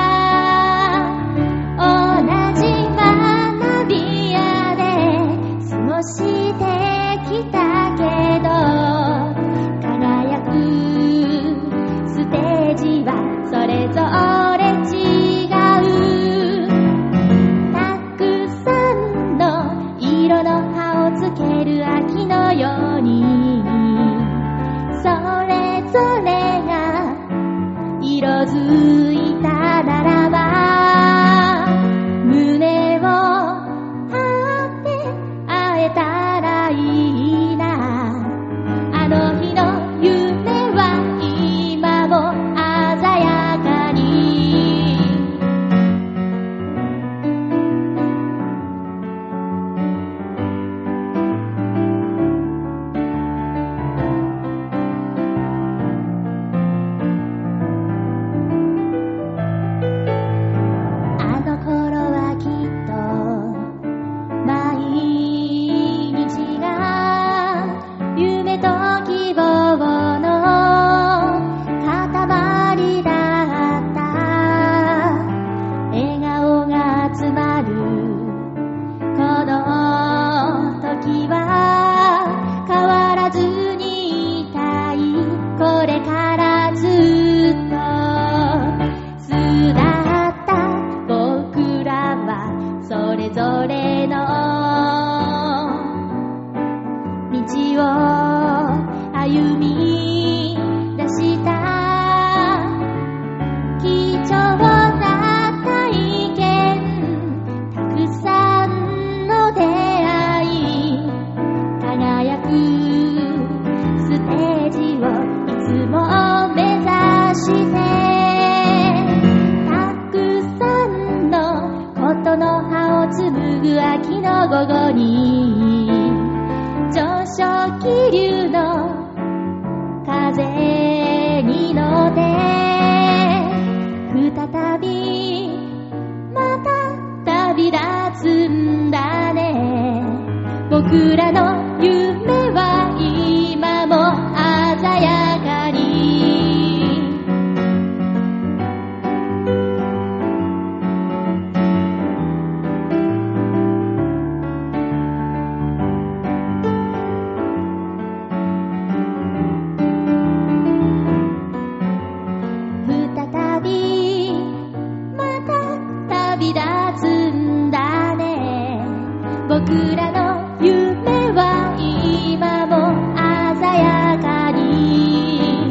同じ学び屋で過ごしてきたけど、輝くステージはそれぞれ違う。たくさんの色の葉をつける秋のように、それぞれが色づいたならば、胸を張って会えたらいいな。あの日の夢は今も鮮やかに。あの頃はきっと毎日が夢と希望の塊だった。笑顔が詰まるこの時は変わらずにいたい。これからずっと巣立った僕らはそれぞれの道を歩み出した。貴重な体験、たくさんの出会い、輝くステージをいつも目指して。たくさんのことの葉を紡ぐ秋の午後に、上昇気流の風に乗って再びまた旅立つんだね。僕らの夢は今も鮮やかに。再びまた旅立つんだね。僕らの夢は今も鮮やかに。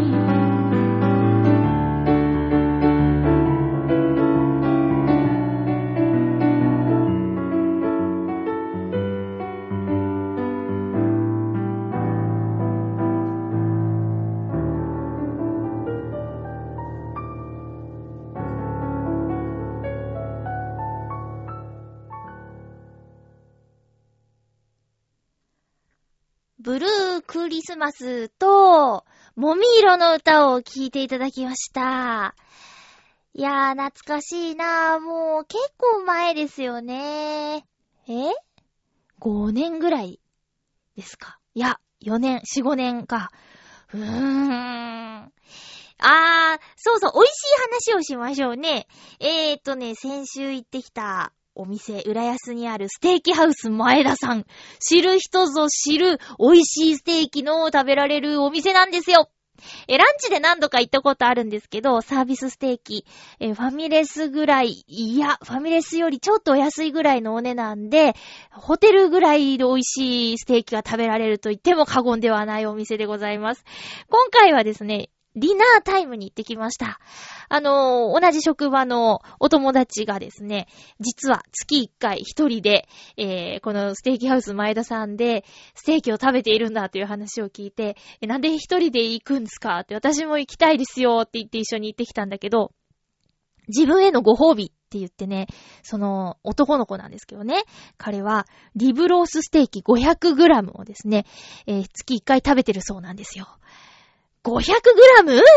ブルークリスマスと、もみ色の歌を聴いていただきました。いやー、懐かしいなー。もう結構前ですよね。え ?ご 年ぐらいですか。いや、よねん、よん、ごねんか。うーん。あー、そうそう、美味しい話をしましょうね。えーっとね、先週行ってきたお店、浦安にあるステーキハウス前田さん。知る人ぞ知る美味しいステーキの食べられるお店なんですよ。 え、ランチで何度か行ったことあるんですけど、サービスステーキ、え、ファミレスぐらい、いや、ファミレスよりちょっとお安いぐらいのお値段で、ホテルぐらいで美味しいステーキが食べられると言っても過言ではないお店でございます。今回はですね、ディナータイムに行ってきました。あのー、同じ職場のお友達がですね、実は月いっかい一人で、えー、このステーキハウス前田さんでステーキを食べているんだという話を聞いて、え、なんで一人で行くんですかって、私も行きたいですよって言って一緒に行ってきたんだけど、自分へのご褒美って言ってね、その男の子なんですけどね、彼はリブロースステーキ ごひゃくグラム をですね、えー、月いっかい食べてるそうなんですよ。ごひゃくグラム って、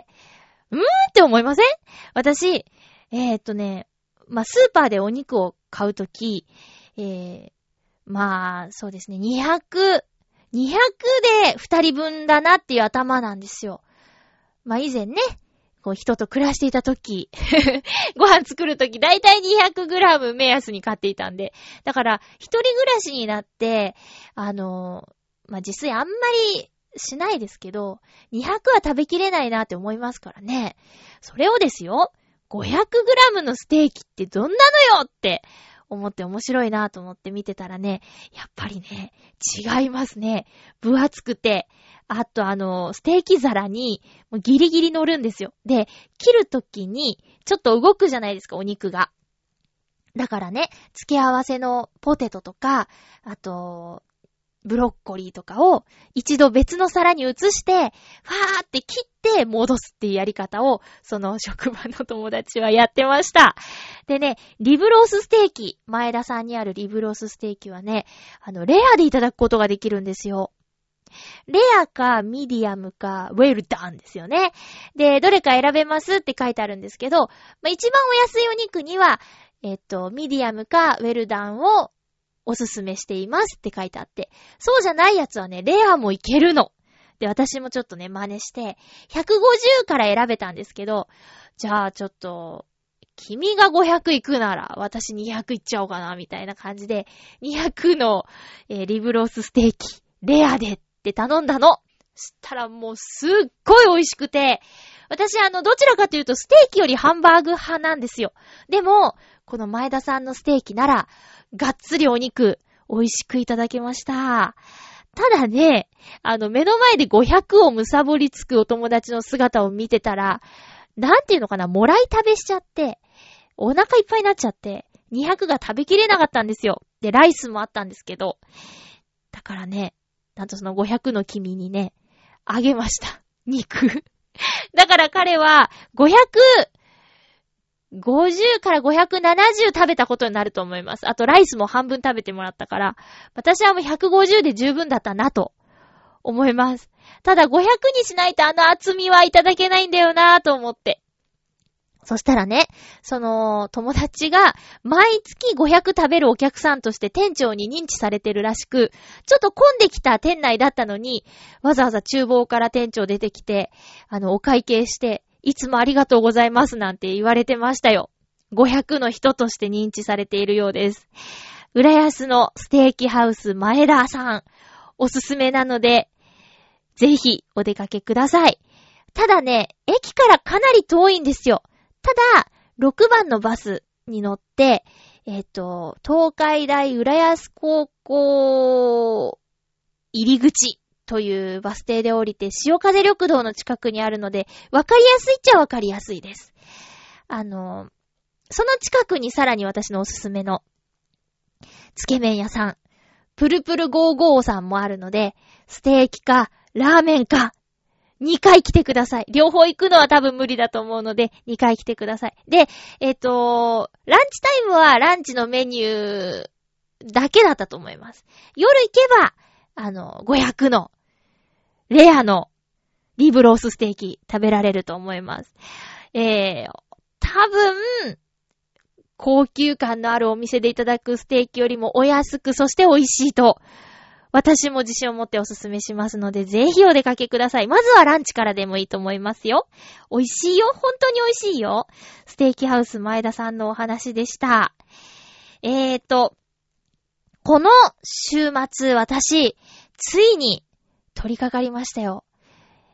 うーんって思いません？私、えー、っとね、まあ、スーパーでお肉を買うとき、えー、まあ、そうですね、にひゃく、にひゃくでふたりぶんだなっていう頭なんですよ。まあ、以前ね、こう人と暮らしていたとき、ご飯作るときだいたいにひゃくグラム目安に買っていたんで、だから、一人暮らしになって、あの、まあ、実際あんまり、しないですけど、にひゃくは食べきれないなって思いますからね。それをですよ、ごひゃくグラムのステーキってどんなのよって思って面白いなと思って見てたらね、やっぱりね、違いますね。分厚くて、あとあの、ステーキ皿にもうギリギリ乗るんですよ。で、切るときにちょっと動くじゃないですか、お肉が。だからね、付け合わせのポテトとか、あと、ブロッコリーとかを一度別の皿に移して、ファーって切って戻すっていうやり方を、その職場の友達はやってました。でね、リブロースステーキ、前田さんにあるリブロースステーキはね、あの、レアでいただくことができるんですよ。レアかミディアムかウェルダンですよね。で、どれか選べますって書いてあるんですけど、まあ、一番お安いお肉には、えっと、ミディアムかウェルダンをおすすめしていますって書いてあって、そうじゃないやつはね、レアもいけるの。で、私もちょっとね、真似して、ひゃくごじゅうから選べたんですけど、じゃあちょっと、君がごひゃくいくなら、私にひゃくいっちゃおうかな、みたいな感じで、にひゃくの、えー、リブロースステーキ、レアでって頼んだの。そしたらもうすっごい美味しくて、私あの、どちらかというとステーキよりハンバーグ派なんですよ。でも、この前田さんのステーキなら、がっつりお肉、美味しくいただけました。ただね、あの、目の前でごひゃくをむさぼりつくお友達の姿を見てたら、なんていうのかな、もらい食べしちゃって、お腹いっぱいになっちゃって、にひゃくが食べきれなかったんですよ。で、ライスもあったんですけど。だからね、なんとそのごひゃくの君にね、あげました。肉。だから彼は、ごひゃく、ごじゅうからごひゃくななじゅう食べたことになると思います。あとライスも半分食べてもらったから、私はもうひゃくごじゅうで十分だったなと思います。ただごひゃくにしないとあの厚みはいただけないんだよなと思って。そしたらね、その友達が毎月ごひゃく食べるお客さんとして店長に認知されてるらしく、ちょっと混んできた店内だったのに、わざわざ厨房から店長出てきて、あのお会計して、いつもありがとうございますなんて言われてましたよ。ごひゃくの人として認知されているようです。浦安のステーキハウス前田さん、おすすめなので、ぜひお出かけください。ただね、駅からかなり遠いんですよ。ただ、ろくばんのバスに乗って、えっと、東海大浦安高校入り口というバス停で降りて、潮風緑道の近くにあるので、わかりやすいっちゃわかりやすいです。あの、その近くにさらに私のおすすめの、つけ麺屋さん、プルプルごーごーさんもあるので、ステーキか、ラーメンか、にかい来てください。両方行くのは多分無理だと思うので、にかい来てください。で、えっと、ランチタイムはランチのメニューだけだったと思います。夜行けば、あの、ごひゃくの、レアのリブロースステーキ食べられると思います。えー、多分、高級感のあるお店でいただくステーキよりもお安く、そして美味しいと、私も自信を持っておすすめしますので、ぜひお出かけください。まずはランチからでもいいと思いますよ。美味しいよ。本当に美味しいよ。ステーキハウス前田さんのお話でした。えーと、この週末、私、ついに取り掛かりましたよ。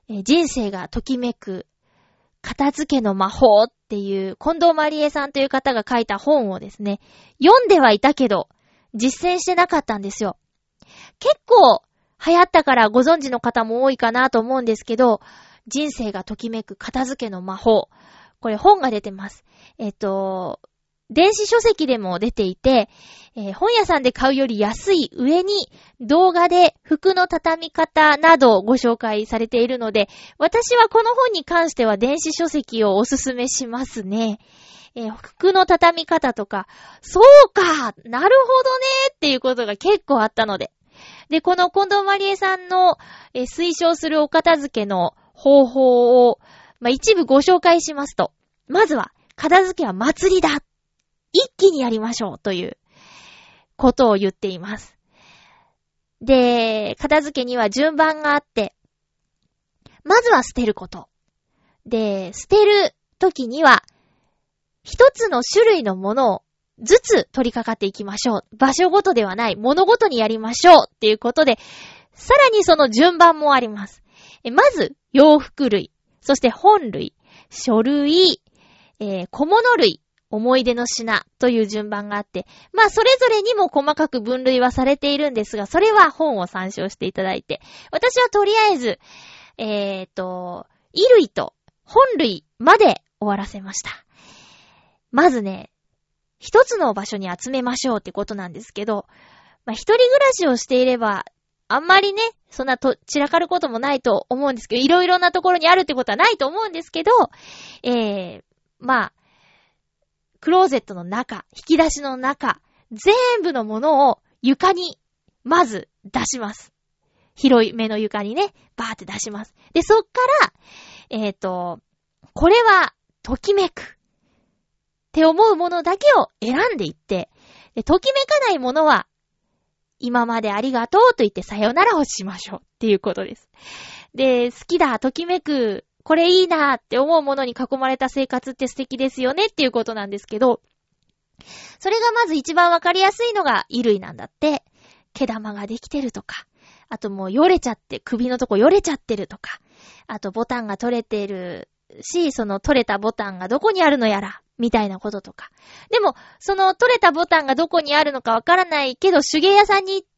えー、人生がときめく片付けの魔法っていう近藤まりえさんという方が書いた本をですね、読んではいたけど実践してなかったんですよ。結構流行ったからご存知の方も多いかなと思うんですけど、人生がときめく片付けの魔法。これ本が出てます。えっと、電子書籍でも出ていて、えー、本屋さんで買うより安い上に動画で服の畳み方などご紹介されているので、私はこの本に関しては電子書籍をおすすめしますね。えー、服の畳み方とか、そうか、なるほどねっていうことが結構あったので。で、この近藤まりえさんの、えー、推奨するお片付けの方法を、まあ、一部ご紹介しますと、まずは、片付けは祭りだ、一気にやりましょうということを言っています。で、片付けには順番があって、まずは捨てること。で、捨てるときには、一つの種類のものをずつ取り掛かっていきましょう。場所ごとではない、物ごとにやりましょうっていうことで、さらにその順番もあります。えまず、洋服類、そして本類、書類、えー、小物類、思い出の品という順番があって、まあそれぞれにも細かく分類はされているんですが、それは本を参照していただいて、私はとりあえず、えーと、衣類と本類まで終わらせました。まずね、一つの場所に集めましょうってことなんですけど、まあ一人暮らしをしていれば、あんまりね、そんなと散らかることもないと思うんですけど、いろいろなところにあるってことはないと思うんですけど、えー、まあ、クローゼットの中、引き出しの中、全部のものを床にまず出します。広い目の床にね、バーって出します。で、そっから、えっと、これはときめくって思うものだけを選んでいって、でときめかないものは、今までありがとうと言ってさよならをしましょうっていうことです。で、好きだ、ときめく、これいいなって思うものに囲まれた生活って素敵ですよねっていうことなんですけど、それがまず一番わかりやすいのが衣類なんだって。毛玉ができてるとか、あともうよれちゃって、首のとこよれちゃってるとか、あとボタンが取れてるし、その取れたボタンがどこにあるのやら、みたいなこととか。でも、その取れたボタンがどこにあるのかわからないけど、手芸屋さんに行って、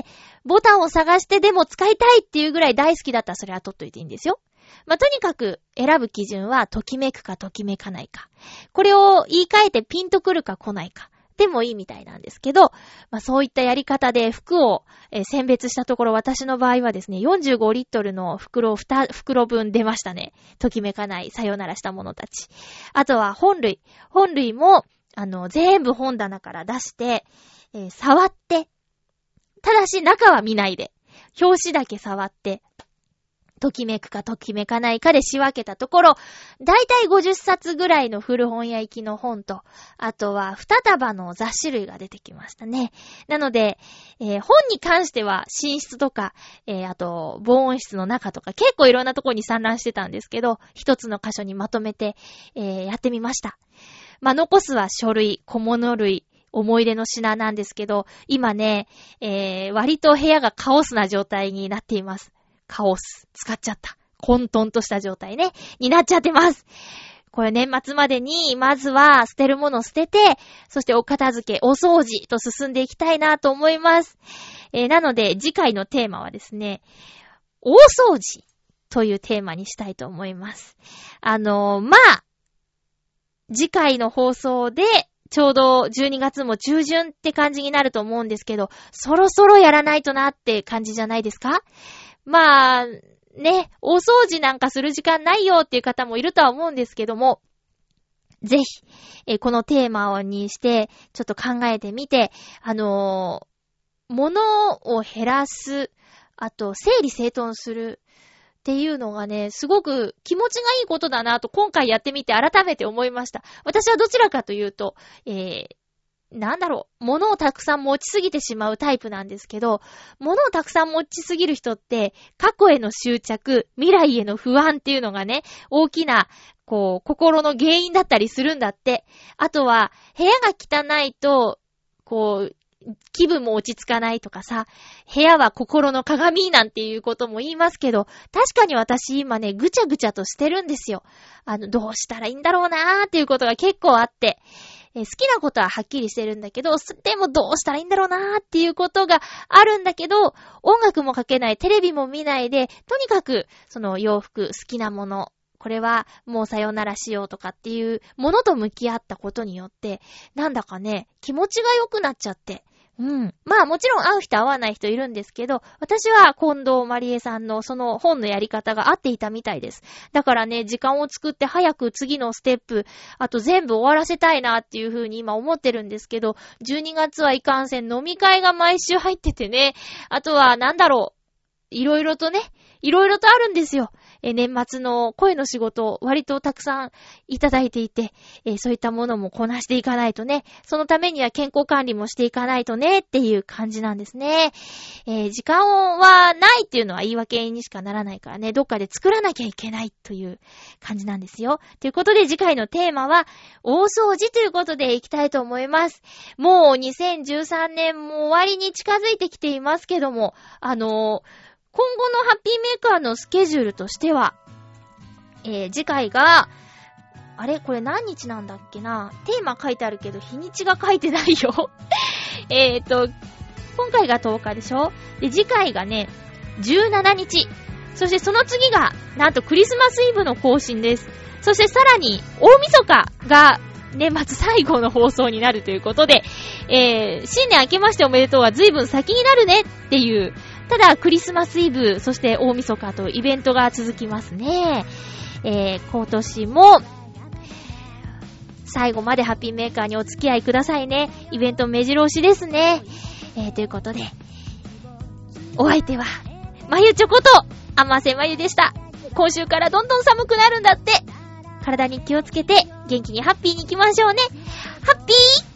ボタンを探してでも使いたいっていうぐらい大好きだったらそれは取っといていいんですよ。まあ、とにかく選ぶ基準はときめくかときめかないか。これを言い換えてピンとくるか来ないか。でもいいみたいなんですけど、まあ、そういったやり方で服を、えー、選別したところ、私の場合はですね、よんじゅうごリットルの袋をに袋分出ましたね。ときめかない、さよならしたものたち。あとは本類。本類も、あの、全部本棚から出して、えー、触って、ただし中は見ないで、表紙だけ触って、ときめくかときめかないかで仕分けたところ、だいたいごじゅっさつぐらいの古本屋行きの本と、あとはに束の雑誌類が出てきましたね。なので、えー、本に関しては寝室とか、えー、あと防音室の中とか結構いろんなところに散乱してたんですけど、一つの箇所にまとめて、えー、やってみました。まあ、残すは書類、小物類、思い出の品なんですけど、今ね、えー、割と部屋がカオスな状態になっています。カオス。使っちゃった。混沌とした状態ね。になっちゃってます。これ年末までに、まずは捨てるものを捨てて、そしてお片付け、お掃除と進んでいきたいなと思います。えー、なので、次回のテーマはですね、大掃除というテーマにしたいと思います。あのー、まあ、次回の放送で、ちょうどじゅうにがつも中旬って感じになると思うんですけど、そろそろやらないとなって感じじゃないですか？まあ、ね、大掃除なんかする時間ないよっていう方もいるとは思うんですけども、ぜひ、えー、このテーマにして、ちょっと考えてみて、あのー、物を減らす、あと、整理整頓するっていうのがね、すごく気持ちがいいことだなと、今回やってみて改めて思いました。私はどちらかというと、えー、なんだろう、物をたくさん持ちすぎてしまうタイプなんですけど、物をたくさん持ちすぎる人って、過去への執着、未来への不安っていうのがね、大きな、こう、心の原因だったりするんだって。あとは、部屋が汚いと、こう、 気分も落ち着かないとかさ、部屋は心の鏡なんていうことも言いますけど、確かに私今ね、ぐちゃぐちゃとしてるんですよ。あの、どうしたらいいんだろうなーっていうことが結構あって、えー、好きなことははっきりしてるんだけど、でもどうしたらいいんだろうなーっていうことがあるんだけど、音楽もかけない、テレビも見ないで、とにかく、その洋服、好きなもの、これはもうさよならしようとかっていうものと向き合ったことによって、なんだかね、気持ちが良くなっちゃって、うん。まあもちろん会う人会わない人いるんですけど、私は近藤まりえさんのその本のやり方が合っていたみたいです。だからね、時間を作って早く次のステップ、あと全部終わらせたいなっていう風に今思ってるんですけど、じゅうにがつはいかんせん飲み会が毎週入っててね、あとはなんだろう、いろいろとね、いろいろとあるんですよ。え年末の声の仕事を割とたくさんいただいていて、えそういったものもこなしていかないとね、そのためには健康管理もしていかないとねっていう感じなんですね。えー、時間はないっていうのは言い訳にしかならないからね、どっかで作らなきゃいけないという感じなんですよ。ということで次回のテーマは大掃除ということでいきたいと思います。もうにせんじゅうさんねんも終わりに近づいてきていますけども、あのー今後のハッピーメーカーのスケジュールとしては、えー、次回が、あれこれ何日なんだっけな、テーマ書いてあるけど日にちが書いてないよ。えっと、今回がとおかでしょ？で、次回がね、じゅうしちにち。そしてその次が、なんとクリスマスイブの更新です。そしてさらに、大晦日が年末最後の放送になるということで、えー、新年明けましておめでとうは随分先になるねっていう、ただクリスマスイブ、そして大晦日とイベントが続きますね。えー、今年も最後までハッピーメーカーにお付き合いくださいね。イベント目白押しですね。えー、ということで、お相手はまゆちょこと甘瀬まゆでした。今週からどんどん寒くなるんだって。体に気をつけて元気にハッピーに行きましょうね。ハッピー